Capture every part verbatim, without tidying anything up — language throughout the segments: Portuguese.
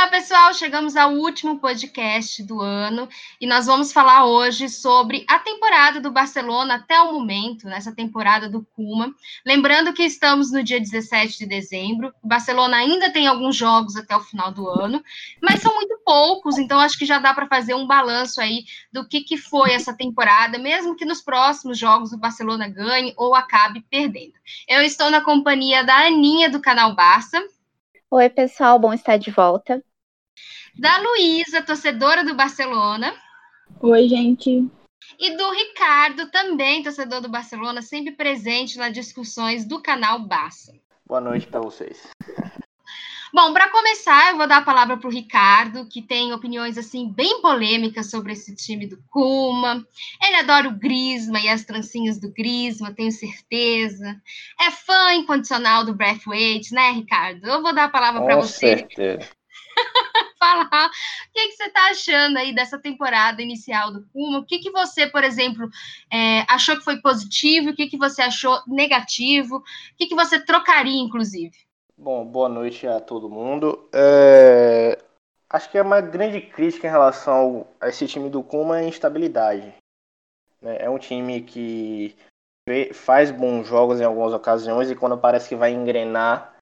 Olá, pessoal! Chegamos ao último podcast do ano e nós vamos falar hoje sobre a temporada do Barcelona até o momento, nessa temporada do Koeman. Lembrando que estamos no dia dezessete de dezembro, o Barcelona ainda tem alguns jogos até o final do ano, mas são muito poucos, então acho que já dá para fazer um balanço aí do que, que foi essa temporada, mesmo que nos próximos jogos o Barcelona ganhe ou acabe perdendo. Eu estou na companhia da Aninha, do canal Barça. Oi, pessoal, bom estar de volta. Da Luísa, torcedora do Barcelona. Oi, gente. E do Ricardo, também torcedor do Barcelona, sempre presente nas discussões do canal Barça. Boa noite para vocês. Bom, para começar, eu vou dar a palavra para o Ricardo, que tem opiniões assim bem polêmicas sobre esse time do Koeman. Ele adora o Griezmann e as trancinhas do Griezmann, tenho certeza. É fã incondicional do Braithwaite, né, Ricardo? Eu vou dar a palavra para você. Com certeza. Falar o que, que você está achando aí dessa temporada inicial do Koeman. O que, que você, por exemplo, é, achou que foi positivo, o que, que você achou negativo, o que, que você trocaria, inclusive? Bom, boa noite a todo mundo. É... Acho que é uma grande crítica em relação ao, a esse time do Koeman é a instabilidade. Né? É um time que faz bons jogos em algumas ocasiões e quando parece que vai engrenar,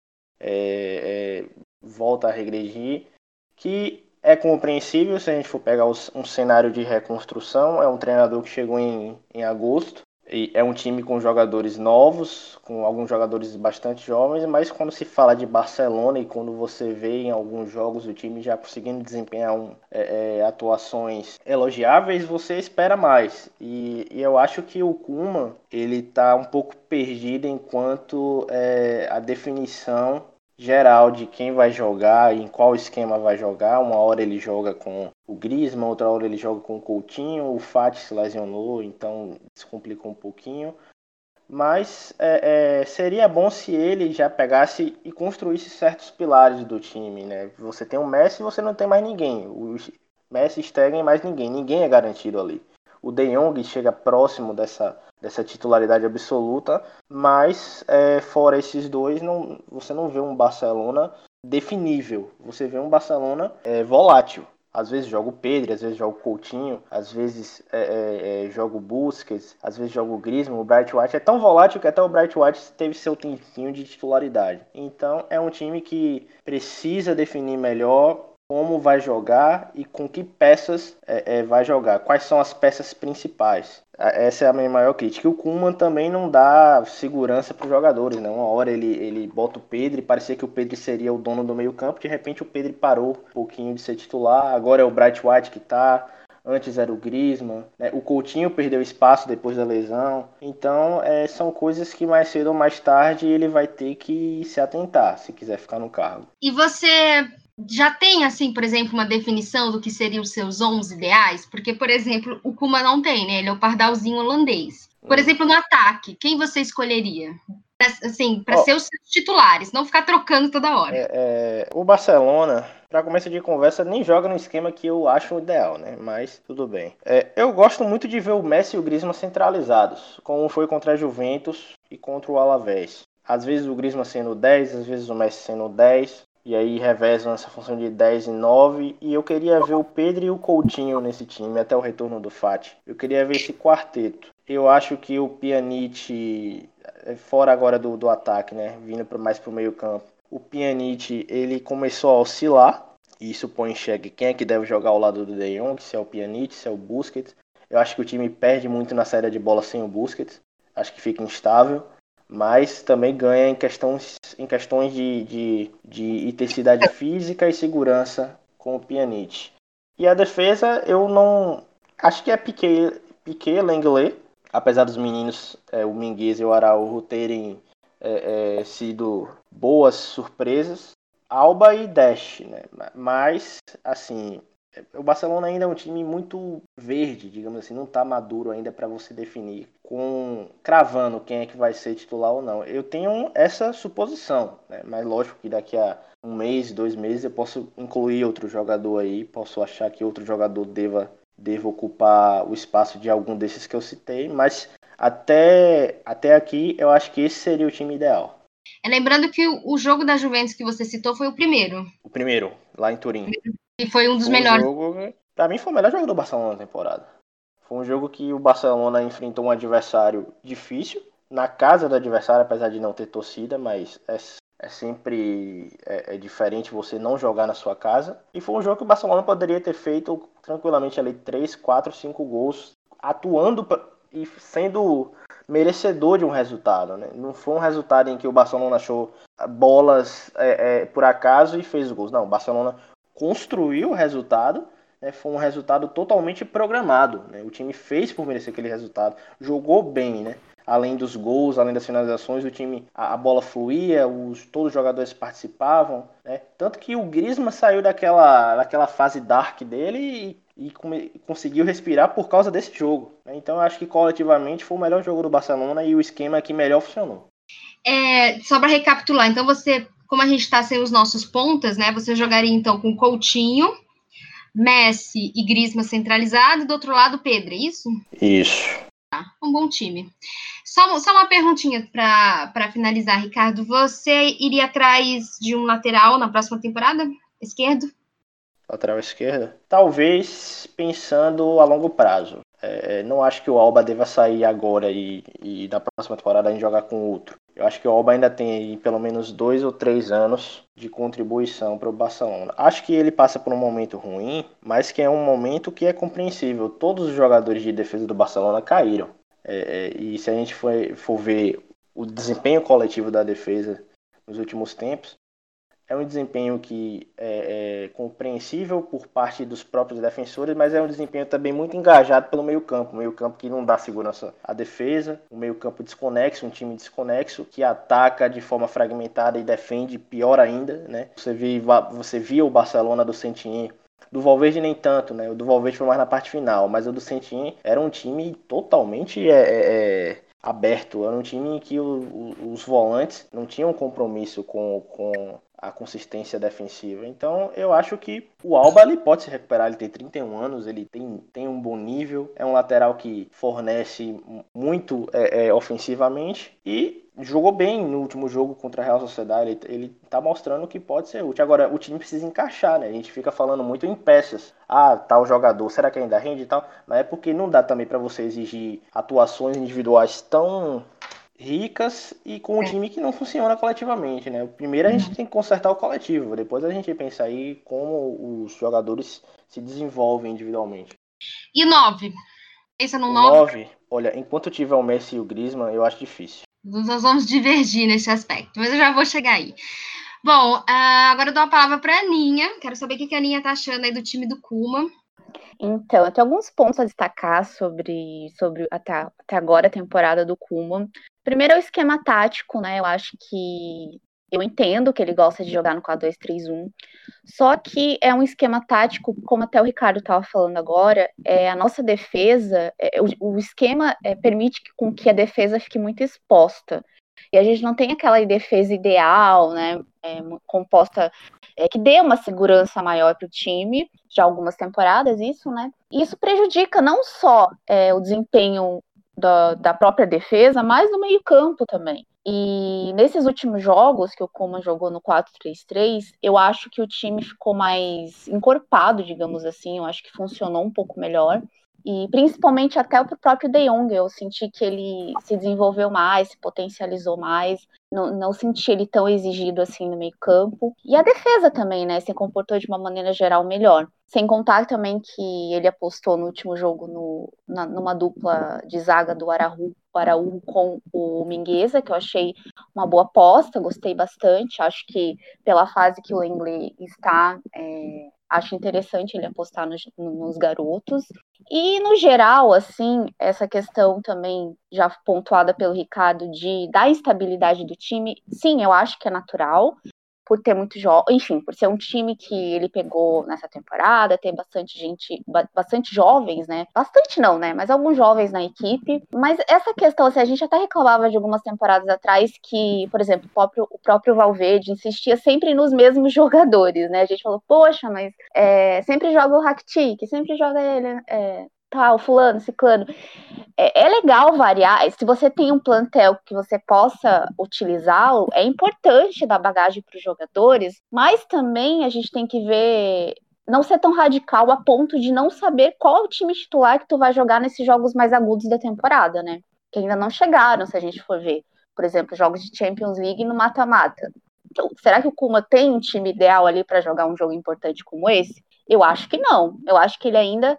é, é, volta a regredir. Que é compreensível se a gente for pegar um cenário de reconstrução. É um treinador que chegou em, em agosto e é um time com jogadores novos, com alguns jogadores bastante jovens, mas quando se fala de Barcelona e quando você vê em alguns jogos o time já conseguindo desempenhar um, é, é, atuações elogiáveis, você espera mais. E, e eu acho que o Koeman ele está um pouco perdido enquanto é, a definição geral de quem vai jogar e em qual esquema vai jogar. Uma hora ele joga com o Griezmann, outra hora ele joga com o Coutinho, o Fati se lesionou, então se complicou um pouquinho. Mas é, é, seria bom se ele já pegasse e construísse certos pilares do time, né? Você tem o Messi e você não tem mais ninguém. O Messi, Stegen, mais ninguém. Ninguém é garantido ali. O De Jong chega próximo dessa, dessa titularidade absoluta, mas é, fora esses dois, não, você não vê um Barcelona definível. Você vê um Barcelona é, volátil. Às vezes joga o Pedri, às vezes joga o Coutinho, às vezes é, é, é, joga o Busquets, às vezes joga o Griezmann, o Braithwaite. É tão volátil que até o Braithwaite teve seu tempinho de titularidade. Então é um time que precisa definir melhor como vai jogar e com que peças é, é, vai jogar. Quais são as peças principais? Essa é a minha maior crítica. O Koeman também não dá segurança para os jogadores, né? Uma hora ele, ele bota o Pedri, parecia que o Pedri seria o dono do meio campo, de repente o Pedri parou um pouquinho de ser titular, agora é o Braithwaite que está, antes era o Griezmann, né? O Coutinho perdeu espaço depois da lesão, então é, são coisas que mais cedo ou mais tarde ele vai ter que se atentar, se quiser ficar no cargo. E você já tem, assim, por exemplo, uma definição do que seriam os seus onze ideais? Porque, por exemplo, o Koeman não tem, né? Ele é o pardalzinho holandês. Por hum. exemplo, no ataque, quem você escolheria? Pra, assim, para oh. ser os seus titulares, não ficar trocando toda hora. É, é, o Barcelona, para começo de conversa, nem joga no esquema que eu acho ideal, né? Mas tudo bem. É, eu gosto muito de ver o Messi e o Griezmann centralizados, como foi contra a Juventus e contra o Alavés. Às vezes o Griezmann sendo dez, às vezes o Messi sendo dez. E aí revezam essa função de dez e nove. E eu queria ver o Pedro e o Coutinho nesse time, até o retorno do Fati. Eu queria ver esse quarteto. Eu acho que o Pjanic, fora agora do, do ataque, né? Vindo mais para o meio campo. O Pjanic, ele começou a oscilar. E isso põe em xeque quem é que deve jogar ao lado do De Jong. Se é o Pjanic, se é o Busquets. Eu acho que o time perde muito na saída de bola sem o Busquets. Acho que fica instável. Mas também ganha em questões, em questões de, de, de intensidade física e segurança com o Pjanic. E a defesa, eu não... Acho que é Piqué, Piqué Lenglet, apesar dos meninos, é, o Mingueza e o Araújo, terem é, é, sido boas surpresas. Alba e Dash, né? Mas, assim... O Barcelona ainda é um time muito verde, digamos assim, não está maduro ainda para você definir, com cravando quem é que vai ser titular ou não. Eu tenho essa suposição, né? Mas lógico que daqui a um mês, dois meses eu posso incluir outro jogador aí, posso achar que outro jogador deva, deva ocupar o espaço de algum desses que eu citei, mas até, até aqui eu acho que esse seria o time ideal. É, lembrando que o, o jogo da Juventus que você citou foi o primeiro. O primeiro, lá em Turim. E foi um dos Foi um melhores. jogo, pra mim foi o melhor jogo do Barcelona na temporada. Foi um jogo que o Barcelona enfrentou um adversário difícil, na casa do adversário, apesar de não ter torcida, mas é, é sempre é, é diferente você não jogar na sua casa. E foi um jogo que o Barcelona poderia ter feito tranquilamente ali três, quatro, cinco gols, atuando e sendo merecedor de um resultado, né? Não foi um resultado em que o Barcelona achou bolas é, é, por acaso e fez gols. Não, o Barcelona construiu o resultado, né? Foi um resultado totalmente programado, né? O time fez por merecer aquele resultado, jogou bem, né? Além dos gols, além das finalizações, o time, a, a bola fluía, os, todos os jogadores participavam, né? Tanto que o Griezmann saiu daquela, daquela fase dark dele e, e come, conseguiu respirar por causa desse jogo, né? Então eu acho que coletivamente foi o melhor jogo do Barcelona e o esquema que melhor funcionou. É, só para recapitular, então você, como a gente está sem os nossos pontas, né? Você jogaria então com Coutinho, Messi e Griezmann centralizado, e do outro lado Pedro, é isso? Isso. Um bom time. Só, só uma perguntinha para finalizar, Ricardo. Você iria atrás de um lateral na próxima temporada? Esquerdo? Lateral esquerda? Talvez pensando a longo prazo. É, não acho que o Alba deva sair agora e, e na próxima temporada a gente jogar com outro. Eu acho que o Alba ainda tem aí pelo menos dois ou três anos de contribuição para o Barcelona. Acho que ele passa por um momento ruim, mas que é um momento que é compreensível. Todos os jogadores de defesa do Barcelona caíram. É, é, e se a gente for, for ver o desempenho coletivo da defesa nos últimos tempos, é um desempenho que é, é compreensível por parte dos próprios defensores, mas é um desempenho também muito engajado pelo meio-campo. Um meio-campo que não dá segurança à defesa, um meio-campo desconexo, um time desconexo, que ataca de forma fragmentada e defende pior ainda, né? Você via, você via o Barcelona do Saint-Étienne, do Valverde nem tanto, né? O do Valverde foi mais na parte final, mas o do Saint-Étienne era um time totalmente é, é, aberto. Era um time em que o, o, os volantes não tinham compromisso com... com a consistência defensiva. Então, eu acho que o Alba ele pode se recuperar. Ele tem trinta e um anos, ele tem, tem um bom nível, é um lateral que fornece muito é, é, ofensivamente e jogou bem no último jogo contra a Real Sociedade. Ele, ele tá mostrando que pode ser útil. Agora, o time precisa encaixar, né? A gente fica falando muito em peças. Ah, tal jogador, será que ainda rende e tal? Mas é porque não dá também para você exigir atuações individuais tão ricas e com um time que não funciona coletivamente, né? Primeiro a gente tem que consertar o coletivo, depois a gente pensa aí como os jogadores se desenvolvem individualmente. E nove? Pensa no o nove? nove, olha, enquanto tiver o Messi e o Griezmann, eu acho difícil. Nós vamos divergir nesse aspecto, mas eu já vou chegar aí. Bom, uh, agora eu dou a palavra para a Aninha. Quero saber o que a Aninha tá achando aí do time do Koeman. Então, eu tenho alguns pontos a destacar sobre, sobre até, até agora a temporada do Koeman. Primeiro é o esquema tático, né? Eu acho que eu entendo que ele gosta de jogar no quatro dois três um, só que é um esquema tático, como até o Ricardo estava falando agora, é, a nossa defesa, é, o, o esquema é, permite que, com que a defesa fique muito exposta. E a gente não tem aquela defesa ideal, né, é, composta, é, que dê uma segurança maior para o time, já algumas temporadas isso, né, e isso prejudica não só é, o desempenho da, da própria defesa, mas do meio campo também. E nesses últimos jogos que o Koeman jogou no quatro três três, eu acho que o time ficou mais encorpado, digamos assim, eu acho que funcionou um pouco melhor. E principalmente até o próprio De Jong, eu senti que ele se desenvolveu mais, se potencializou mais, não, não senti ele tão exigido assim no meio campo. E a defesa também, né, se comportou de uma maneira geral melhor. Sem contar também que ele apostou no último jogo no, na, numa dupla de zaga do Araújo, Araújo com o Mingueza, que eu achei uma boa aposta, gostei bastante. Acho que pela fase que o Lenglet está... É, acho interessante ele apostar nos, nos garotos. E, no geral, assim, essa questão também já pontuada pelo Ricardo de, da instabilidade do time, sim, eu acho que é natural, por ter muito jovem, enfim, por ser um time que ele pegou nessa temporada, ter bastante gente, bastante jovens, né? Bastante não, né? Mas alguns jovens na equipe. Mas essa questão, assim, a gente até reclamava de algumas temporadas atrás que, por exemplo, o próprio, o próprio Valverde insistia sempre nos mesmos jogadores, né? A gente falou, poxa, mas é, sempre joga o Rakitic, sempre joga ele, é, tá, o fulano, ciclano. É, é legal variar. Se você tem um plantel que você possa utilizá-lo, é importante dar bagagem para os jogadores, mas também a gente tem que ver, não ser tão radical a ponto de não saber qual é o time titular que tu vai jogar nesses jogos mais agudos da temporada, né? Que ainda não chegaram, se a gente for ver. Por exemplo, jogos de Champions League no mata-mata. Então, será que o Koeman tem um time ideal ali para jogar um jogo importante como esse? Eu acho que não. Eu acho que ele ainda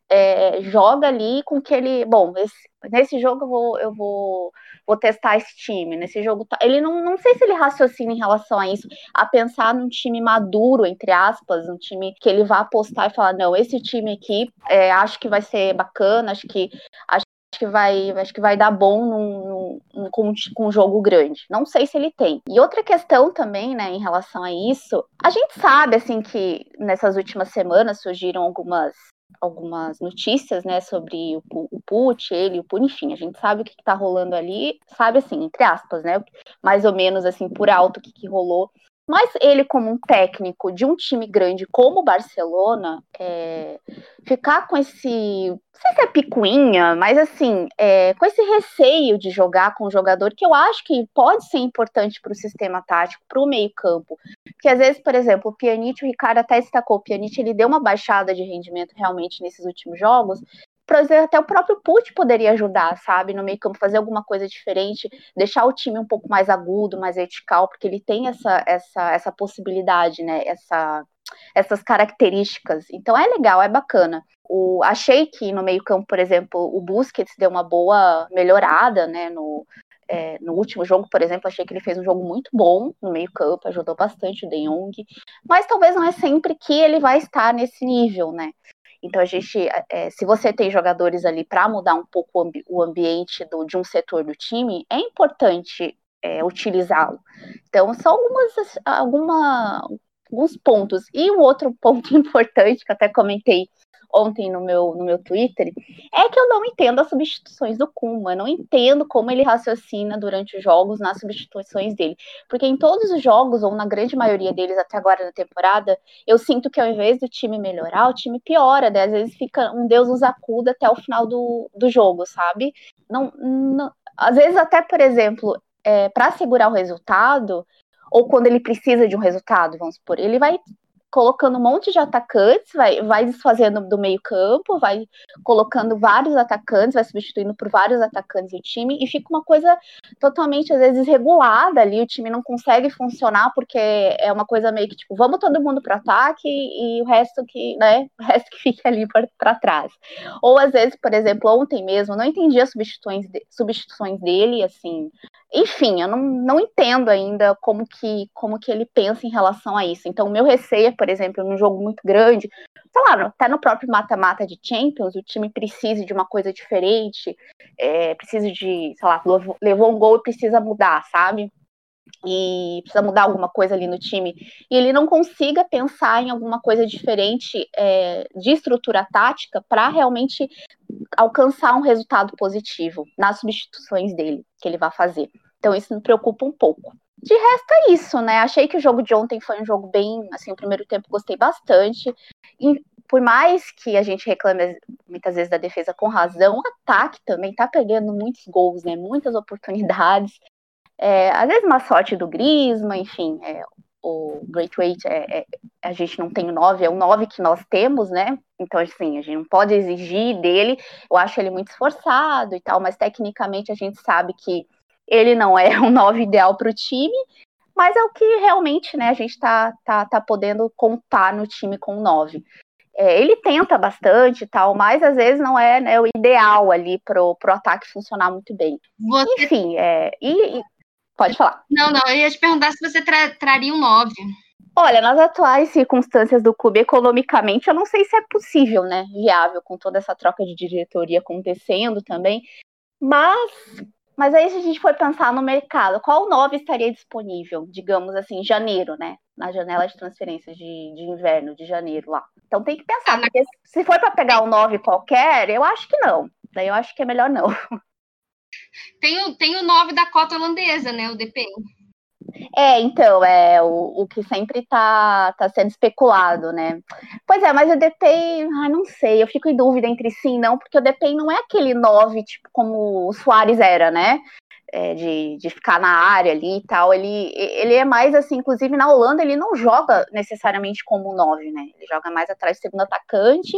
é, joga ali com que ele... Bom, esse, nesse jogo eu vou, eu vou, vou testar esse time. Nesse jogo... Ele não, não sei se ele raciocina em relação a isso, a pensar num time maduro, entre aspas, um time que ele vá apostar e falar, não, esse time aqui é, acho que vai ser bacana, acho que... Acho que vai, acho que vai dar bom num, num, com, com um jogo grande. Não sei se ele tem. E outra questão também, né, em relação a isso, a gente sabe, assim, que nessas últimas semanas surgiram algumas, algumas notícias, né, sobre o, o Puig, ele, o Puig, enfim, a gente sabe o que, que tá rolando ali, sabe, assim, entre aspas, né, mais ou menos, assim, por alto o que, que rolou. Mas ele, como um técnico de um time grande como o Barcelona, é, ficar com esse, não sei se é picuinha, mas assim, é, com esse receio de jogar com um jogador que eu acho que pode ser importante para o sistema tático, para o meio campo. Porque às vezes, por exemplo, o Pjanic, o Ricardo até destacou, o Pjanic ele deu uma baixada de rendimento realmente nesses últimos jogos. Por exemplo, até o próprio Puig poderia ajudar, sabe, no meio campo, fazer alguma coisa diferente, deixar o time um pouco mais agudo, mais vertical, porque ele tem essa, essa, essa possibilidade, né, essa, essas características. Então é legal, é bacana. O, achei que no meio campo, por exemplo, o Busquets deu uma boa melhorada, né, no, é, no último jogo, por exemplo, achei que ele fez um jogo muito bom no meio campo, ajudou bastante o De Jong, mas talvez não é sempre que ele vai estar nesse nível, né. Então, a gente, é, se você tem jogadores ali para mudar um pouco o, ambi- o ambiente do, de um setor do time, é importante é, utilizá-lo. Então, são algumas, alguma, alguns pontos. E um outro ponto importante, que eu até comentei ontem no meu, no meu Twitter, é que eu não entendo as substituições do Koeman, eu não entendo como ele raciocina durante os jogos nas substituições dele, porque em todos os jogos, ou na grande maioria deles até agora na temporada, eu sinto que ao invés do time melhorar, o time piora, né? Às vezes fica um Deus nos acuda até o final do, do jogo, sabe? Não, não, às vezes até, por exemplo, é, para segurar o resultado, ou quando ele precisa de um resultado, vamos supor, ele vai colocando um monte de atacantes, vai, vai desfazendo do meio campo, vai colocando vários atacantes, vai substituindo por vários atacantes o time, e fica uma coisa totalmente, às vezes, regulada ali, o time não consegue funcionar, porque é uma coisa meio que, tipo, vamos todo mundo para ataque, e o resto que, né, o resto que fica ali para trás. Ou, às vezes, por exemplo, ontem mesmo, não entendi as substituições, de, substituições dele, assim, enfim, eu não, não entendo ainda como que, como que ele pensa em relação a isso. Então, o meu receio é, por exemplo, num jogo muito grande, sei lá, até no próprio mata-mata de Champions, o time precisa de uma coisa diferente, é, precisa de, sei lá, levou um gol e precisa mudar, sabe? E precisa mudar alguma coisa ali no time, e ele não consiga pensar em alguma coisa diferente é, de estrutura tática para realmente alcançar um resultado positivo nas substituições dele, que ele vai fazer. Então isso me preocupa um pouco. De resto é isso, né? Achei que o jogo de ontem foi um jogo bem, assim, o primeiro tempo gostei bastante, e por mais que a gente reclame muitas vezes da defesa com razão, o ataque também tá perdendo muitos gols, né? Muitas oportunidades. É, às vezes uma sorte do Griezmann, enfim, é, o Braithwaite, é, é, a gente não tem o nove, é o nove que nós temos, né? Então, assim, a gente não pode exigir dele, eu acho ele muito esforçado e tal, mas tecnicamente a gente sabe que ele não é um nove ideal para o time, mas é o que realmente, né, a gente tá, tá, tá podendo contar no time com nove. É, ele tenta bastante e tal, mas às vezes não é, né, o ideal ali pro, pro ataque funcionar muito bem. Você... Enfim, é, e, e... pode falar. Não, não, eu ia te perguntar se você tra traria um nove. Olha, nas atuais circunstâncias do clube, economicamente, eu não sei se é possível, né, viável, com toda essa troca de diretoria acontecendo também, mas, mas aí se a gente for pensar no mercado, qual nove estaria disponível, digamos assim, em janeiro, né, na janela de transferências de, de inverno, de janeiro lá. Então tem que pensar, porque se for para pegar um nove qualquer, eu acho que não, daí eu acho que é melhor não. Tem o, tem o nove da cota holandesa, né, o D P. É, então, é o, o que sempre tá, tá sendo especulado, né? Pois é, mas o Depay, ah, não sei, eu fico em dúvida entre sim e não, porque o Depay não é aquele nove, tipo, como o Suárez era, né? É, de, de ficar na área ali e tal, ele, ele é mais assim, inclusive na Holanda ele não joga necessariamente como um nove, né, ele joga mais atrás do segundo atacante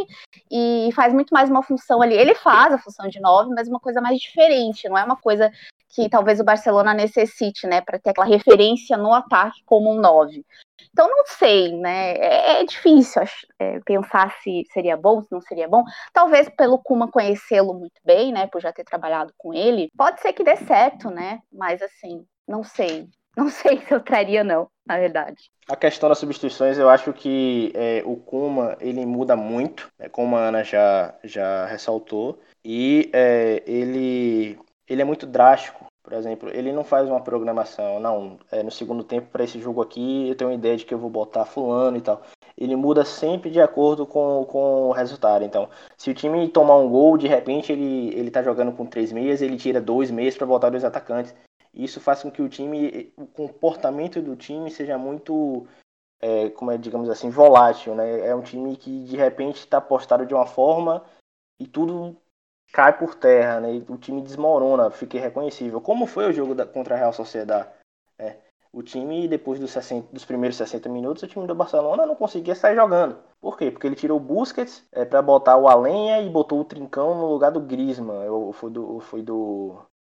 e faz muito mais uma função ali, ele faz a função de nove, mas uma coisa mais diferente, não é uma coisa que talvez o Barcelona necessite, né, para ter aquela referência no ataque como um nove. Então, não sei, né? É, é difícil é, pensar se seria bom, se não seria bom. Talvez pelo Koeman conhecê-lo muito bem, né? Por já ter trabalhado com ele, pode ser que dê certo, né? Mas, assim, não sei. Não sei se eu traria, não, na verdade. A questão das substituições, eu acho que é, o Koeman, ele muda muito, né, como a Ana já, já ressaltou, e é, ele, ele é muito drástico. Por exemplo, ele não faz uma programação, não, é, no segundo tempo para esse jogo aqui eu tenho uma ideia de que eu vou botar fulano e tal. Ele muda sempre de acordo com, com o resultado. Então, se o time tomar um gol, de repente ele, ele tá jogando com três meias, ele tira dois meias para botar dois atacantes. Isso faz com que o time, o comportamento do time seja muito, é, como é, digamos assim, volátil, né? É um time que de repente está postado de uma forma e tudo cai por terra, né? E o time desmorona, fica irreconhecível. Como foi o jogo da, contra a Real Sociedad? É, o time, depois dos, sessenta, dos primeiros sessenta minutos, o time do Barcelona não conseguia sair jogando. Por quê? Porque ele tirou o Busquets é, para botar o Alenha e botou o Trincão no lugar do Griezmann. Ou foi do, foi do,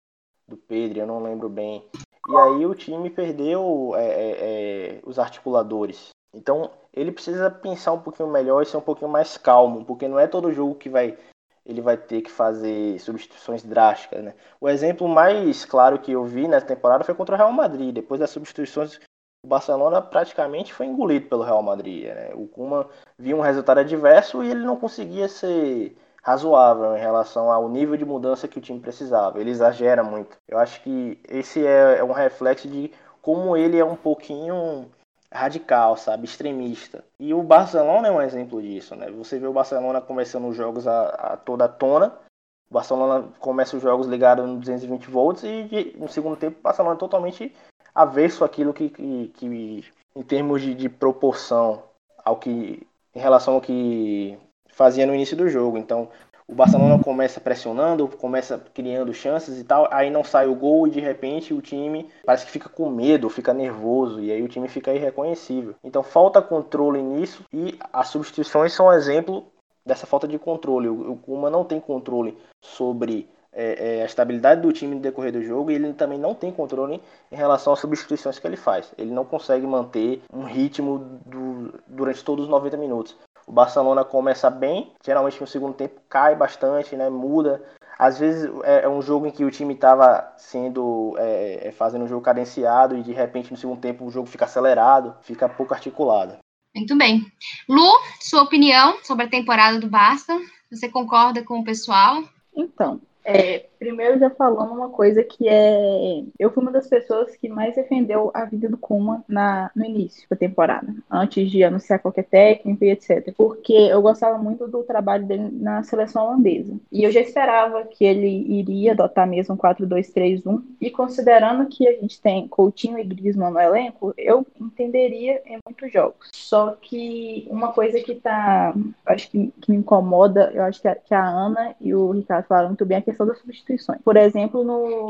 do Pedri, eu não lembro bem. E aí o time perdeu é, é, é, os articuladores. Então ele precisa pensar um pouquinho melhor e ser um pouquinho mais calmo, porque não é todo jogo que vai... ele vai ter que fazer substituições drásticas, né? O exemplo mais claro que eu vi nessa temporada foi contra o Real Madrid. Depois das substituições, o Barcelona praticamente foi engolido pelo Real Madrid, né? O Koeman viu um resultado adverso e ele não conseguia ser razoável em relação ao nível de mudança que o time precisava. Ele exagera muito. Eu acho que esse é, é um reflexo de como ele é um pouquinho radical, sabe, extremista. E o Barcelona é um exemplo disso, né? Você vê o Barcelona começando os jogos a, a toda tona, o Barcelona começa os jogos ligado no duzentos e vinte volts e de, no segundo tempo o Barcelona é totalmente avesso àquilo que, que, que em termos de, de proporção ao que, em relação ao que fazia no início do jogo. Então o Barcelona começa pressionando, começa criando chances e tal, aí não sai o gol e de repente o time parece que fica com medo, fica nervoso e aí o time fica irreconhecível. Então falta controle nisso e as substituições são um exemplo dessa falta de controle. O Koeman não tem controle sobre é, é, a estabilidade do time no decorrer do jogo e ele também não tem controle em relação às substituições que ele faz. Ele não consegue manter um ritmo do, durante todos os noventa minutos. O Barcelona começa bem, geralmente no segundo tempo cai bastante, né, muda. Às vezes é um jogo em que o time estava sendo é, fazendo um jogo cadenciado e de repente no segundo tempo o jogo fica acelerado, fica pouco articulado. Muito bem. Lu, sua opinião sobre a temporada do Barça? Você concorda com o pessoal? Então, é, primeiro já falando uma coisa que é... Eu fui uma das pessoas que mais defendeu a vida do Koeman na, no início da temporada, antes de anunciar qualquer técnico e etcétera. Porque eu gostava muito do trabalho dele na seleção holandesa. E eu já esperava que ele iria adotar mesmo quatro dois três um. E considerando que a gente tem Coutinho e Griezmann no elenco, eu entenderia em muitos jogos. Só que uma coisa que tá... Acho que, que me incomoda, eu acho que a, que a Ana e o Ricardo falaram muito bem, a questão das substituições. Por exemplo,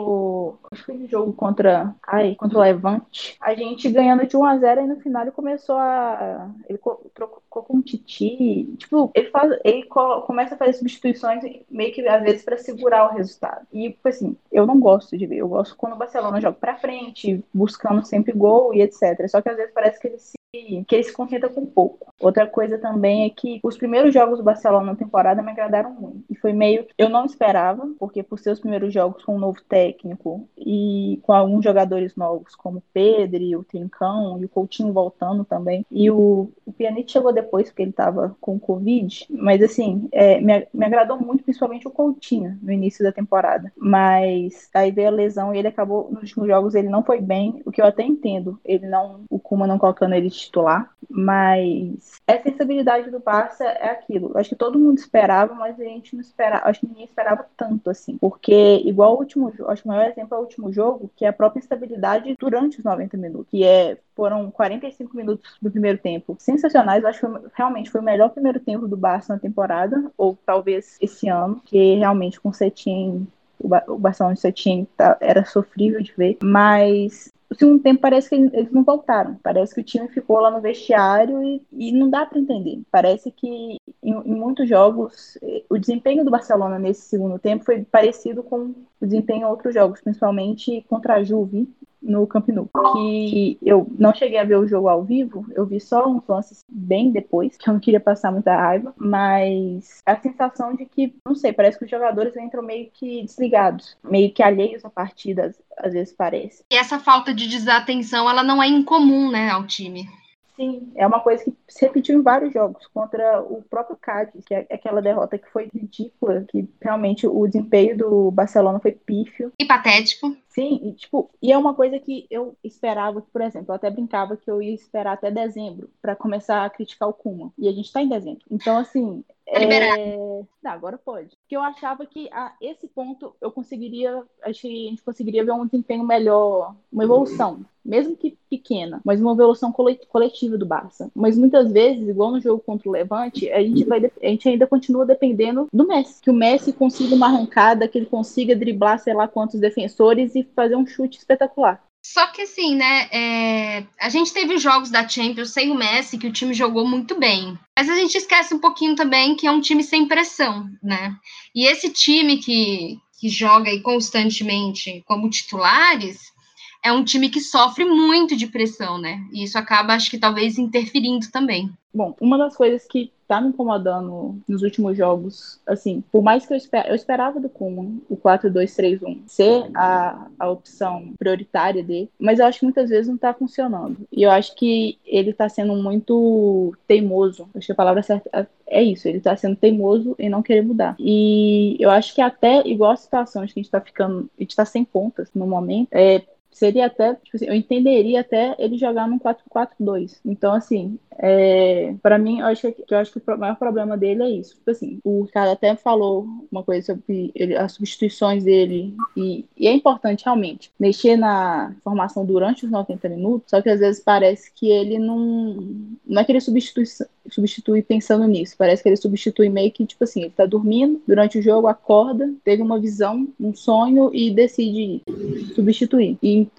no acho que foi no jogo contra, ai, contra o Levante, a gente ganhando de um a zero e no final ele começou a ele trocou com o Titi, tipo, ele faz ele começa a fazer substituições meio que às vezes para segurar o resultado. E tipo assim, eu não gosto de ver, eu gosto quando o Barcelona joga para frente, buscando sempre gol e etcétera. Só que às vezes parece que ele se que ele se contenta com pouco. Outra coisa também é que os primeiros jogos do Barcelona na temporada me agradaram muito. E foi meio que eu não esperava, porque por ser os primeiros jogos com um novo técnico e com alguns jogadores novos, como o Pedri, o Trincão e o Coutinho voltando também. E o, o Pjanic chegou depois, porque ele estava com Covid. Mas assim, é, me, me agradou muito, principalmente o Coutinho, no início da temporada. Mas aí veio a lesão e ele acabou, nos últimos jogos, ele não foi bem, o que eu até entendo. Ele não, o Koeman não colocando ele titular, mas essa sensibilidade do Barça é aquilo. Acho que todo mundo esperava, mas a gente não, esperava, acho que ninguém esperava tanto, assim. Porque, igual o último jogo, acho que o maior exemplo é o último jogo, que é a própria instabilidade durante os noventa minutos, que é, foram quarenta e cinco minutos do primeiro tempo sensacionais. Eu acho que foi, realmente foi o melhor primeiro tempo do Barça na temporada, ou talvez esse ano, que realmente com o Setien, o, ba o Barcelona de Setien tá, era sofrível de ver, mas o segundo tempo parece que eles não voltaram. Parece que o time ficou lá no vestiário e, e não dá para entender. Parece que em, em muitos jogos o desempenho do Barcelona nesse segundo tempo foi parecido com o desempenho em outros jogos, principalmente contra a Juve no Camp Nou, que eu não cheguei a ver o jogo ao vivo, eu vi só uns lances bem depois, que eu não queria passar muita raiva, mas a sensação de que, não sei, parece que os jogadores entram meio que desligados, meio que alheios à partida, às vezes parece. E essa falta de desatenção, ela não é incomum, né, ao time. Sim, é uma coisa que se repetiu em vários jogos, contra o próprio Cádiz, que é aquela derrota que foi ridícula, que realmente o desempenho do Barcelona foi pífio. E patético. Sim, e, tipo, e é uma coisa que eu esperava, por exemplo, eu até brincava que eu ia esperar até dezembro para começar a criticar o Koeman, e a gente tá em dezembro. Então, assim, Tá liberado. É... Não, agora pode. Porque eu achava que a esse ponto eu conseguiria, acho que a gente conseguiria ver um desempenho melhor, uma evolução, mesmo que pequena, mas uma evolução coletiva do Barça. Mas muitas vezes, igual no jogo contra o Levante, a gente, vai, a gente ainda continua dependendo do Messi. Que o Messi consiga uma arrancada, que ele consiga driblar sei lá quantos defensores e fazer um chute espetacular. Só que assim, né, é... a gente teve jogos da Champions sem o Messi, que o time jogou muito bem. Mas a gente esquece um pouquinho também que é um time sem pressão, né? E esse time que, que joga aí constantemente como titulares é um time que sofre muito de pressão, né? E isso acaba, acho que talvez, interferindo também. Bom, uma das coisas que tá me incomodando nos últimos jogos, assim, por mais que eu, esper eu esperava do Koeman, o quatro dois três um, ser a, a opção prioritária dele, mas eu acho que muitas vezes não tá funcionando. E eu acho que ele tá sendo muito teimoso. Acho que a palavra certa é isso, ele tá sendo teimoso em não querer mudar. E eu acho que até, igual a situação de que a gente tá ficando, a gente tá sem pontas no momento, é, seria até, tipo assim, eu entenderia até ele jogar num quatro quatro dois. Então, assim, é, para mim, eu acho, que, eu acho que o maior problema dele é isso. Tipo assim, o cara até falou uma coisa sobre ele, as substituições dele, e, e é importante realmente mexer na formação durante os noventa minutos, só que às vezes parece que ele não. Não é que ele substitui, substitui pensando nisso, parece que ele substitui meio que, tipo assim, ele tá dormindo durante o jogo, acorda, teve uma visão, um sonho e decide substituir.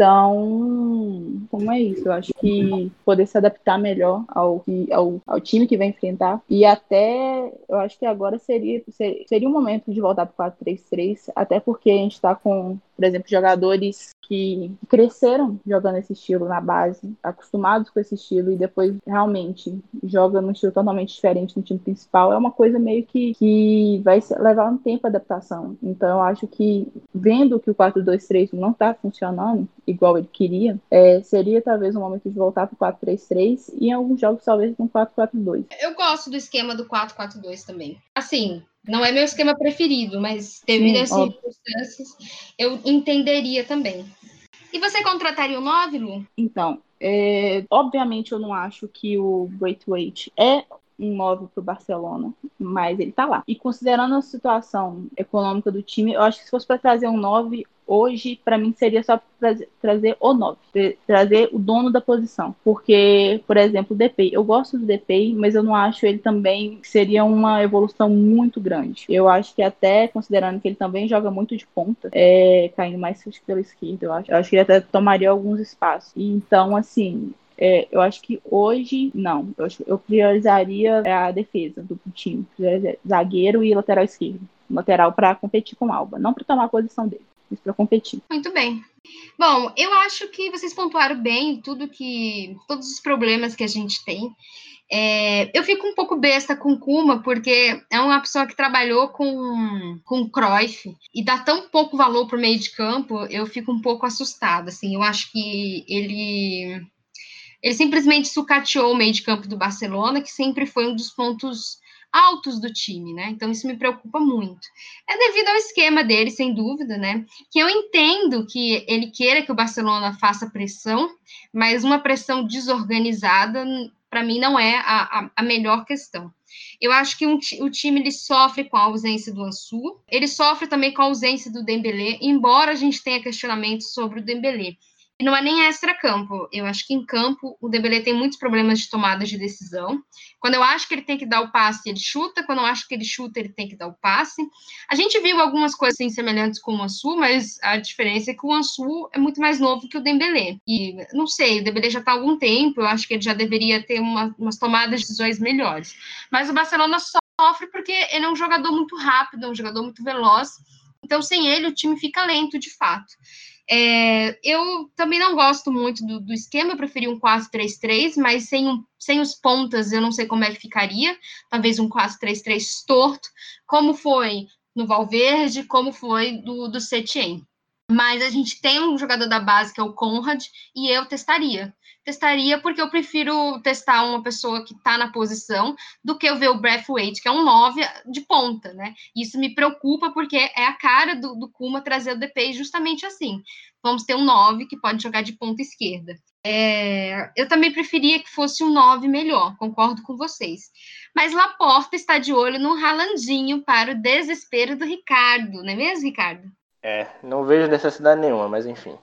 Então, como é isso? Eu acho que poder se adaptar melhor ao, ao, ao time que vai enfrentar. E até, eu acho que agora seria, seria um momento de voltar para o quatro três três, até porque a gente está com, por exemplo, jogadores que cresceram jogando esse estilo na base, acostumados com esse estilo, e depois realmente joga num estilo totalmente diferente no time principal. É uma coisa meio que, que vai levar um tempo a adaptação. Então, eu acho que, vendo que o quatro dois três não está funcionando igual ele queria, é, seria talvez um momento de voltar para o quatro três três e em alguns jogos talvez para um quatro quatro dois. Eu gosto do esquema do quatro quatro dois também. Assim, não é meu esquema preferido, mas devido às circunstâncias, eu entenderia também. E você contrataria o nove, Lu? Então, é, obviamente eu não acho que o Braithwaite é um nove para o Barcelona, mas ele tá lá. E considerando a situação econômica do time, eu acho que se fosse para trazer um nove hoje, para mim seria só trazer, trazer o nove, trazer o dono da posição. Porque, por exemplo, o Depay, eu gosto do Depay, mas eu não acho ele também seria uma evolução muito grande. Eu acho que até, considerando que ele também joga muito de ponta, é, caindo mais pela esquerda, eu acho. Eu acho que ele até tomaria alguns espaços. Então, assim, É, eu acho que hoje, não. Eu, acho, eu priorizaria a defesa do time. Zagueiro e lateral esquerdo. Lateral para competir com o Alba. Não para tomar a posição dele, mas para competir. Muito bem. Bom, eu acho que vocês pontuaram bem tudo que, todos os problemas que a gente tem. É, eu fico um pouco besta com o Koeman, porque é uma pessoa que trabalhou com, com o Cruyff e dá tão pouco valor para o meio de campo, eu fico um pouco assustada. Assim, eu acho que ele... Ele simplesmente sucateou o meio de campo do Barcelona, que sempre foi um dos pontos altos do time, né? Então isso me preocupa muito. É devido ao esquema dele, sem dúvida, né? Que eu entendo que ele queira que o Barcelona faça pressão, mas uma pressão desorganizada, para mim, não é a, a, a melhor questão. Eu acho que um, o time ele sofre com a ausência do Ansu, ele sofre também com a ausência do Dembélé, embora a gente tenha questionamentos sobre o Dembélé. E não é nem extra-campo. Eu acho que em campo o Dembélé tem muitos problemas de tomada de decisão. Quando eu acho que ele tem que dar o passe, ele chuta. Quando eu acho que ele chuta, ele tem que dar o passe. A gente viu algumas coisas assim, semelhantes com o Ansu, mas a diferença é que o Ansu é muito mais novo que o Dembélé. E não sei, o Dembélé já está há algum tempo, eu acho que ele já deveria ter uma, umas tomadas de decisões melhores. Mas o Barcelona sofre porque ele é um jogador muito rápido, é um jogador muito veloz. Então, sem ele, o time fica lento, de fato. É, eu também não gosto muito do, do esquema, eu preferi um quatro três três, mas sem, um, sem os pontas eu não sei como é que ficaria, talvez um quatro três três torto, como foi no Valverde, como foi do, do Setien. Mas a gente tem um jogador da base que é o Conrad, e eu testaria. Testaria porque eu prefiro testar uma pessoa que está na posição do que eu ver o Braithwaite, que é um nove de ponta, né? Isso me preocupa porque é a cara do, do Koeman trazer o D P justamente assim. Vamos ter um nove que pode jogar de ponta esquerda. É, eu também preferia que fosse um nove melhor, concordo com vocês. Mas Laporta está de olho no Haalandinho para o desespero do Ricardo, não é mesmo, Ricardo? É, não vejo necessidade nenhuma, mas enfim.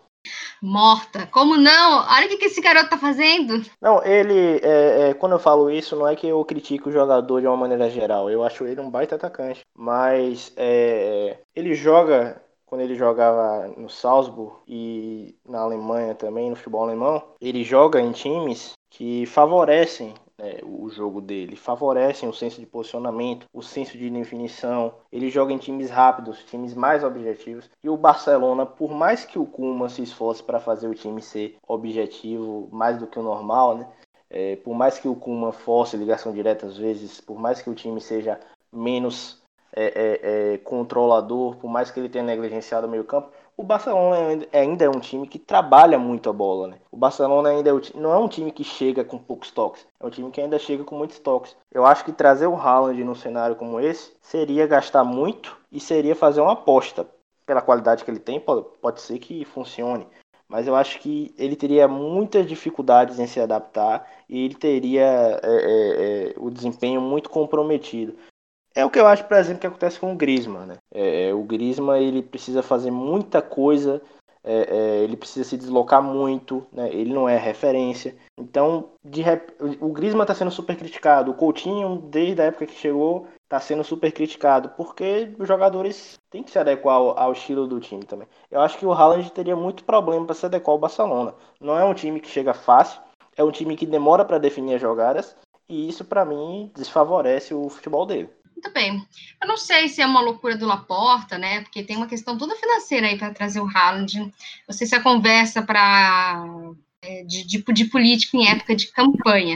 Morta. Como não? Olha o que, que esse garoto tá fazendo. Não, ele, é, é, quando eu falo isso, não é que eu critico o jogador de uma maneira geral. Eu acho ele um baita atacante. Mas é, ele joga, quando ele jogava no Salzburg e na Alemanha também, no futebol alemão, ele joga em times que favorecem, né, o jogo dele, favorecem o senso de posicionamento, o senso de definição. Ele joga em times rápidos, times mais objetivos. E o Barcelona, por mais que o Koeman se esforce para fazer o time ser objetivo mais do que o normal, né, é, por mais que o Koeman force ligação direta às vezes, por mais que o time seja menos é, é, é, controlador, por mais que ele tenha negligenciado o meio campo, o Barcelona ainda é um time que trabalha muito a bola, né? O Barcelona ainda é o, não é um time que chega com poucos toques, é um time que ainda chega com muitos toques. Eu acho que trazer o Haaland num cenário como esse seria gastar muito e seria fazer uma aposta. Pela qualidade que ele tem, pode, pode ser que funcione, mas eu acho que ele teria muitas dificuldades em se adaptar e ele teria é, é, é, o desempenho muito comprometido. É o que eu acho, por exemplo, que acontece com o Griezmann, né? É, o Griezmann, ele precisa fazer muita coisa, é, é, ele precisa se deslocar muito, né? Ele não é referência. Então, de rep... o Griezmann está sendo super criticado. O Coutinho, desde a época que chegou, está sendo super criticado, porque os jogadores têm que se adequar ao, ao estilo do time também. Eu acho que o Haaland teria muito problema para se adequar ao Barcelona. Não é um time que chega fácil, é um time que demora para definir as jogadas, e isso, para mim, desfavorece o futebol dele. Muito bem. Eu não sei se é uma loucura do Laporta, né? Porque tem uma questão toda financeira aí para trazer o Haaland. Não sei se é conversa para é, de, de, de político em época de campanha.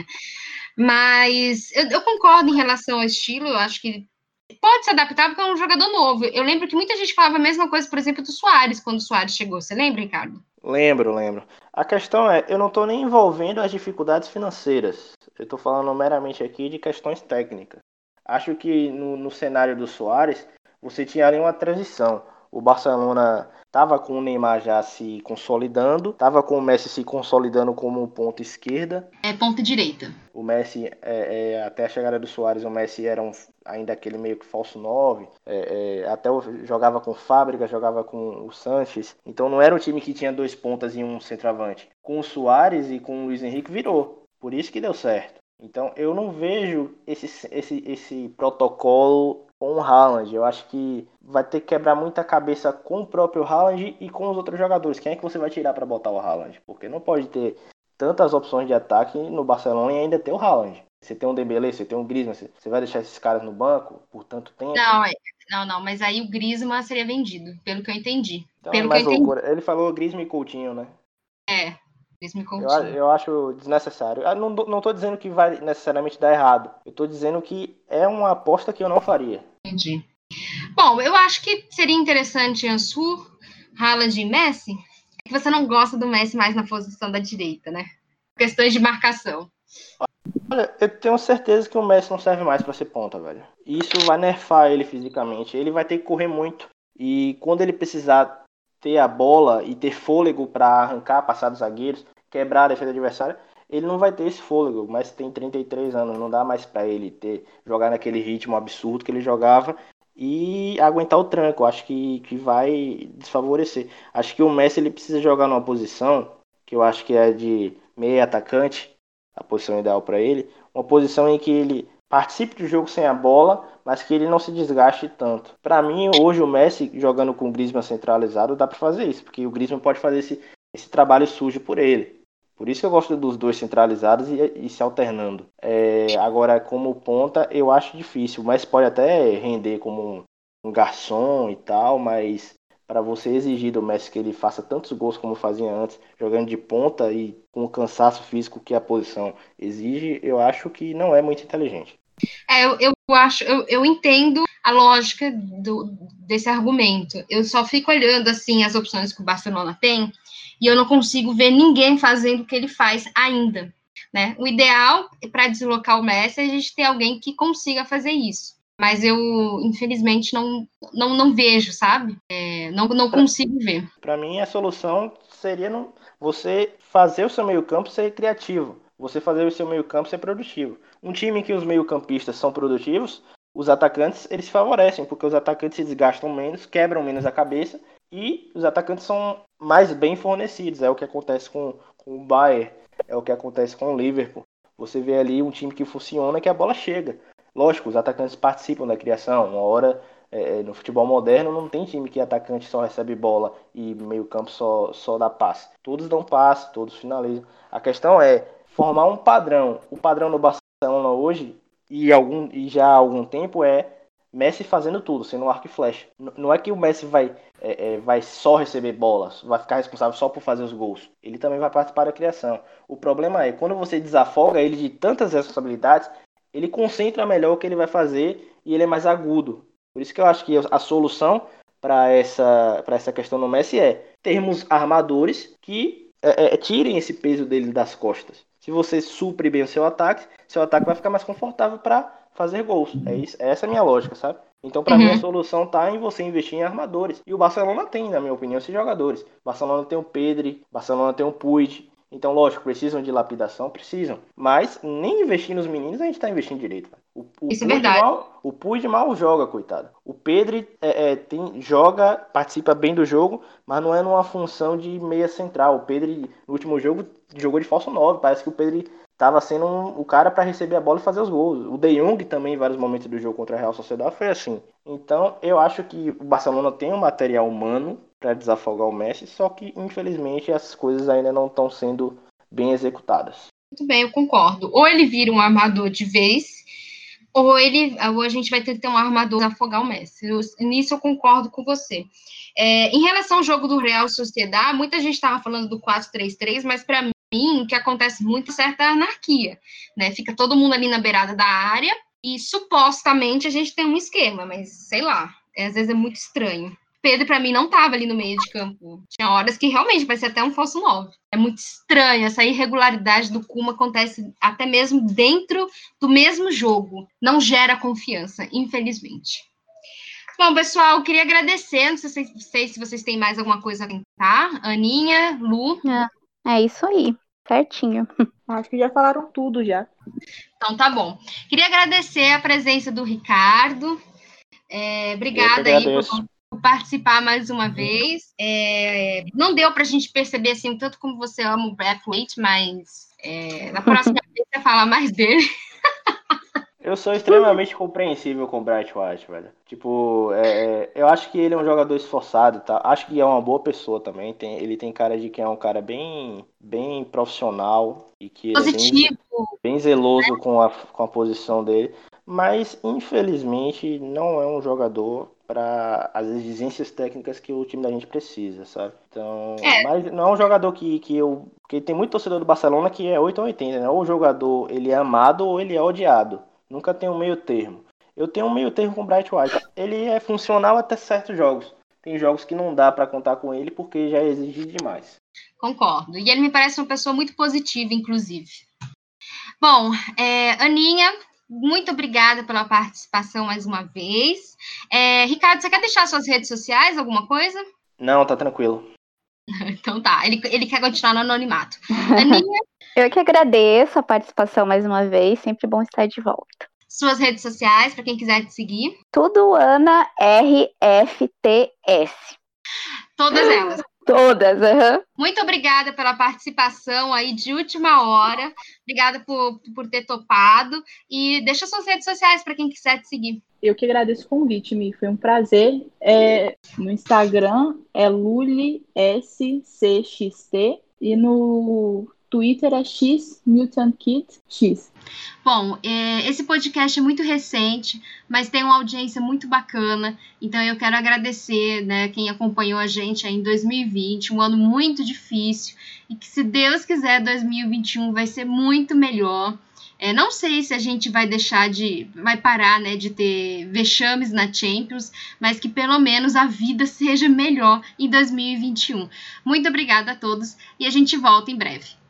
Mas eu, eu concordo em relação ao estilo. Eu acho que pode se adaptar porque é um jogador novo. Eu lembro que muita gente falava a mesma coisa, por exemplo, do Suárez, quando o Suárez chegou. Você lembra, Ricardo? Lembro, lembro. A questão é, eu não estou nem envolvendo as dificuldades financeiras. Eu estou falando meramente aqui de questões técnicas. Acho que no, no cenário do Suárez, você tinha ali uma transição. O Barcelona estava com o Neymar já se consolidando, estava com o Messi se consolidando como ponta esquerda. É ponta direita. O Messi, é, é, até a chegada do Suárez, o Messi era um, ainda aquele meio que falso nove. É, é, até jogava com Fábrica, jogava com o Sanches. Então não era um time que tinha dois pontas e um centroavante. Com o Suárez e com o Luiz Henrique virou. Por isso que deu certo. Então, eu não vejo esse, esse, esse protocolo com o Haaland. Eu acho que vai ter que quebrar muita cabeça com o próprio Haaland e com os outros jogadores. Quem é que você vai tirar para botar o Haaland? Porque não pode ter tantas opções de ataque no Barcelona e ainda ter o Haaland. Você tem um Dembélé, você tem um Griezmann, você vai deixar esses caras no banco por tanto tempo? Não, não, não, mas aí o Griezmann seria vendido, pelo que eu entendi. Então pelo é mais que eu loucura. entendi. Ele falou Griezmann e Coutinho, né? É. Eu, eu acho desnecessário. Eu não, não tô dizendo que vai necessariamente dar errado. Eu tô dizendo que é uma aposta que eu não faria. Entendi. Bom, eu acho que seria interessante Ansu, Haaland e Messi. É que você não gosta do Messi mais na posição da direita, né? Questões de marcação. Olha, eu tenho certeza que o Messi não serve mais para ser ponta, velho. Isso vai nerfar ele fisicamente. Ele vai ter que correr muito. E quando ele precisar ter a bola e ter fôlego para arrancar, passar dos zagueiros, quebrar a defesa adversária, ele não vai ter esse fôlego. Mas tem trinta e três anos, não dá mais para ele ter jogar naquele ritmo absurdo que ele jogava e aguentar o tranco. Acho que, que vai desfavorecer. Acho que o Messi ele precisa jogar numa posição que eu acho que é de meio atacante, a posição ideal para ele, uma posição em que ele participe do jogo sem a bola, mas que ele não se desgaste tanto. Para mim, hoje o Messi jogando com o Griezmann centralizado dá para fazer isso, porque o Griezmann pode fazer esse, esse trabalho sujo por ele. Por isso que eu gosto dos dois centralizados e, e se alternando. É, agora, como ponta, eu acho difícil. O Messi pode até render como um, um garçom e tal, mas para você exigir do Messi que ele faça tantos gols como fazia antes, jogando de ponta e com o cansaço físico que a posição exige, eu acho que não é muito inteligente. É, eu, eu acho, eu, eu entendo a lógica do, desse argumento. Eu só fico olhando assim as opções que o Barcelona tem e eu não consigo ver ninguém fazendo o que ele faz ainda, né? O ideal para deslocar o Messi é a gente ter alguém que consiga fazer isso. Mas eu, infelizmente, não, não, não vejo, sabe? É, não, não consigo ver. Para mim, a solução seria no, você fazer o seu meio-campo ser criativo. Você fazer o seu meio-campo ser produtivo. Um time em que os meio-campistas são produtivos, os atacantes eles se favorecem, porque os atacantes se desgastam menos, quebram menos a cabeça e os atacantes são mais bem fornecidos. É o que acontece com, com o Bayern, é o que acontece com o Liverpool. Você vê ali um time que funciona, que a bola chega. Lógico, os atacantes participam da criação. Uma hora, é, no futebol moderno, não tem time que atacante só recebe bola e meio campo só, só dá passe. Todos dão passe, todos finalizam. A questão é formar um padrão. O padrão no Barcelona hoje, e, algum, e já há algum tempo, é Messi fazendo tudo, sendo um arco e flecha. Não é que o Messi vai, é, é, vai só receber bolas, vai ficar responsável só por fazer os gols. Ele também vai participar da criação. O problema é, quando você desafoga ele de tantas responsabilidades, ele concentra melhor o que ele vai fazer e ele é mais agudo. Por isso que eu acho que a solução para essa, para essa questão no Messi é termos armadores que é, é, tirem esse peso dele das costas. Se você supre bem o seu ataque, seu ataque vai ficar mais confortável para fazer gols. É isso, essa é a minha lógica, sabe? Então, para uhum. mim, a solução está em você investir em armadores. E o Barcelona tem, na minha opinião, esses jogadores. O Barcelona tem o Pedri, o Barcelona tem o Puig. Então, lógico, precisam de lapidação, precisam. Mas nem investir nos meninos a gente tá investindo direito. O, o Isso é verdade. Mal, o Puig mal joga, coitado. O Pedri é, é, tem, joga, participa bem do jogo, mas não é numa função de meia central. O Pedri, no último jogo, jogou de falso nove. Parece que o Pedri tava sendo um, o cara para receber a bola e fazer os gols. O De Jong também, em vários momentos do jogo contra a Real Sociedade, foi assim. Então, eu acho que o Barcelona tem um material humano para desafogar o Messi, só que, infelizmente, essas coisas ainda não estão sendo bem executadas. Muito bem, eu concordo. Ou ele vira um armador de vez, ou, ele, ou a gente vai ter que ter um armador para desafogar o Messi. Eu, nisso eu concordo com você. É, em relação ao jogo do Real Sociedade, muita gente estava falando do quatro três três, mas para mim, o que acontece muito é certa anarquia, né? Fica todo mundo ali na beirada da área e supostamente a gente tem um esquema, mas sei lá, é, às vezes é muito estranho. Pedro, para mim, não estava ali no meio de campo. Tinha horas que realmente vai ser até um falso nove. É muito estranho, essa irregularidade do Koeman acontece até mesmo dentro do mesmo jogo. Não gera confiança, infelizmente. Bom, pessoal, eu queria agradecer, não sei, não sei se vocês têm mais alguma coisa a tentar. Aninha, Lu... É, é isso aí, certinho. Acho que já falaram tudo já. Então, tá bom. Queria agradecer a presença do Ricardo. É, obrigada aí por participar mais uma vez. É, não deu para a gente perceber assim tanto como você ama o Braithwaite, mas é, na próxima vez você fala mais dele. Eu sou extremamente compreensível com o Braithwaite, velho. Tipo, é, eu acho que ele é um jogador esforçado, tá? Acho que é uma boa pessoa também. Tem, ele tem cara de que é um cara bem, bem profissional e que ele é bem, bem zeloso né? com, a, com a posição dele. Mas, infelizmente, não é um jogador para as exigências técnicas que o time da gente precisa, sabe? Então, é. Mas não é um jogador que, que eu... Porque tem muito torcedor do Barcelona que é oito ou oitenta, né? Ou o jogador ele é amado ou ele é odiado. Nunca tem um meio termo. Eu tenho um meio termo com o Braithwaite. Ele é funcional até certos jogos. Tem jogos que não dá para contar com ele porque já exige demais. Concordo. E ele me parece uma pessoa muito positiva, inclusive. Bom, é, Aninha... Muito obrigada pela participação mais uma vez. É, Ricardo, você quer deixar suas redes sociais, alguma coisa? Não, tá tranquilo. Então tá, ele, ele quer continuar no anonimato. Aninha? Eu que agradeço a participação mais uma vez, sempre bom estar de volta. Suas redes sociais, para quem quiser te seguir. Tudo Ana R F T S. Todas elas. Todas, aham. Uhum. Muito obrigada pela participação aí de última hora. Obrigada por, por ter topado. E deixa suas redes sociais para quem quiser te seguir. Eu que agradeço o convite, Mi. Foi um prazer. É, no Instagram é Luli S C X T e no Twitter é X Mutant Kid X. Bom, é, esse podcast é muito recente, mas tem uma audiência muito bacana, então eu quero agradecer, né, quem acompanhou a gente aí em dois mil e vinte, um ano muito difícil, e que se Deus quiser, dois mil e vinte e um vai ser muito melhor. É, não sei se a gente vai deixar de, vai parar, né, de ter vexames na Champions, mas que pelo menos a vida seja melhor em dois mil e vinte e um. Muito obrigada a todos e a gente volta em breve.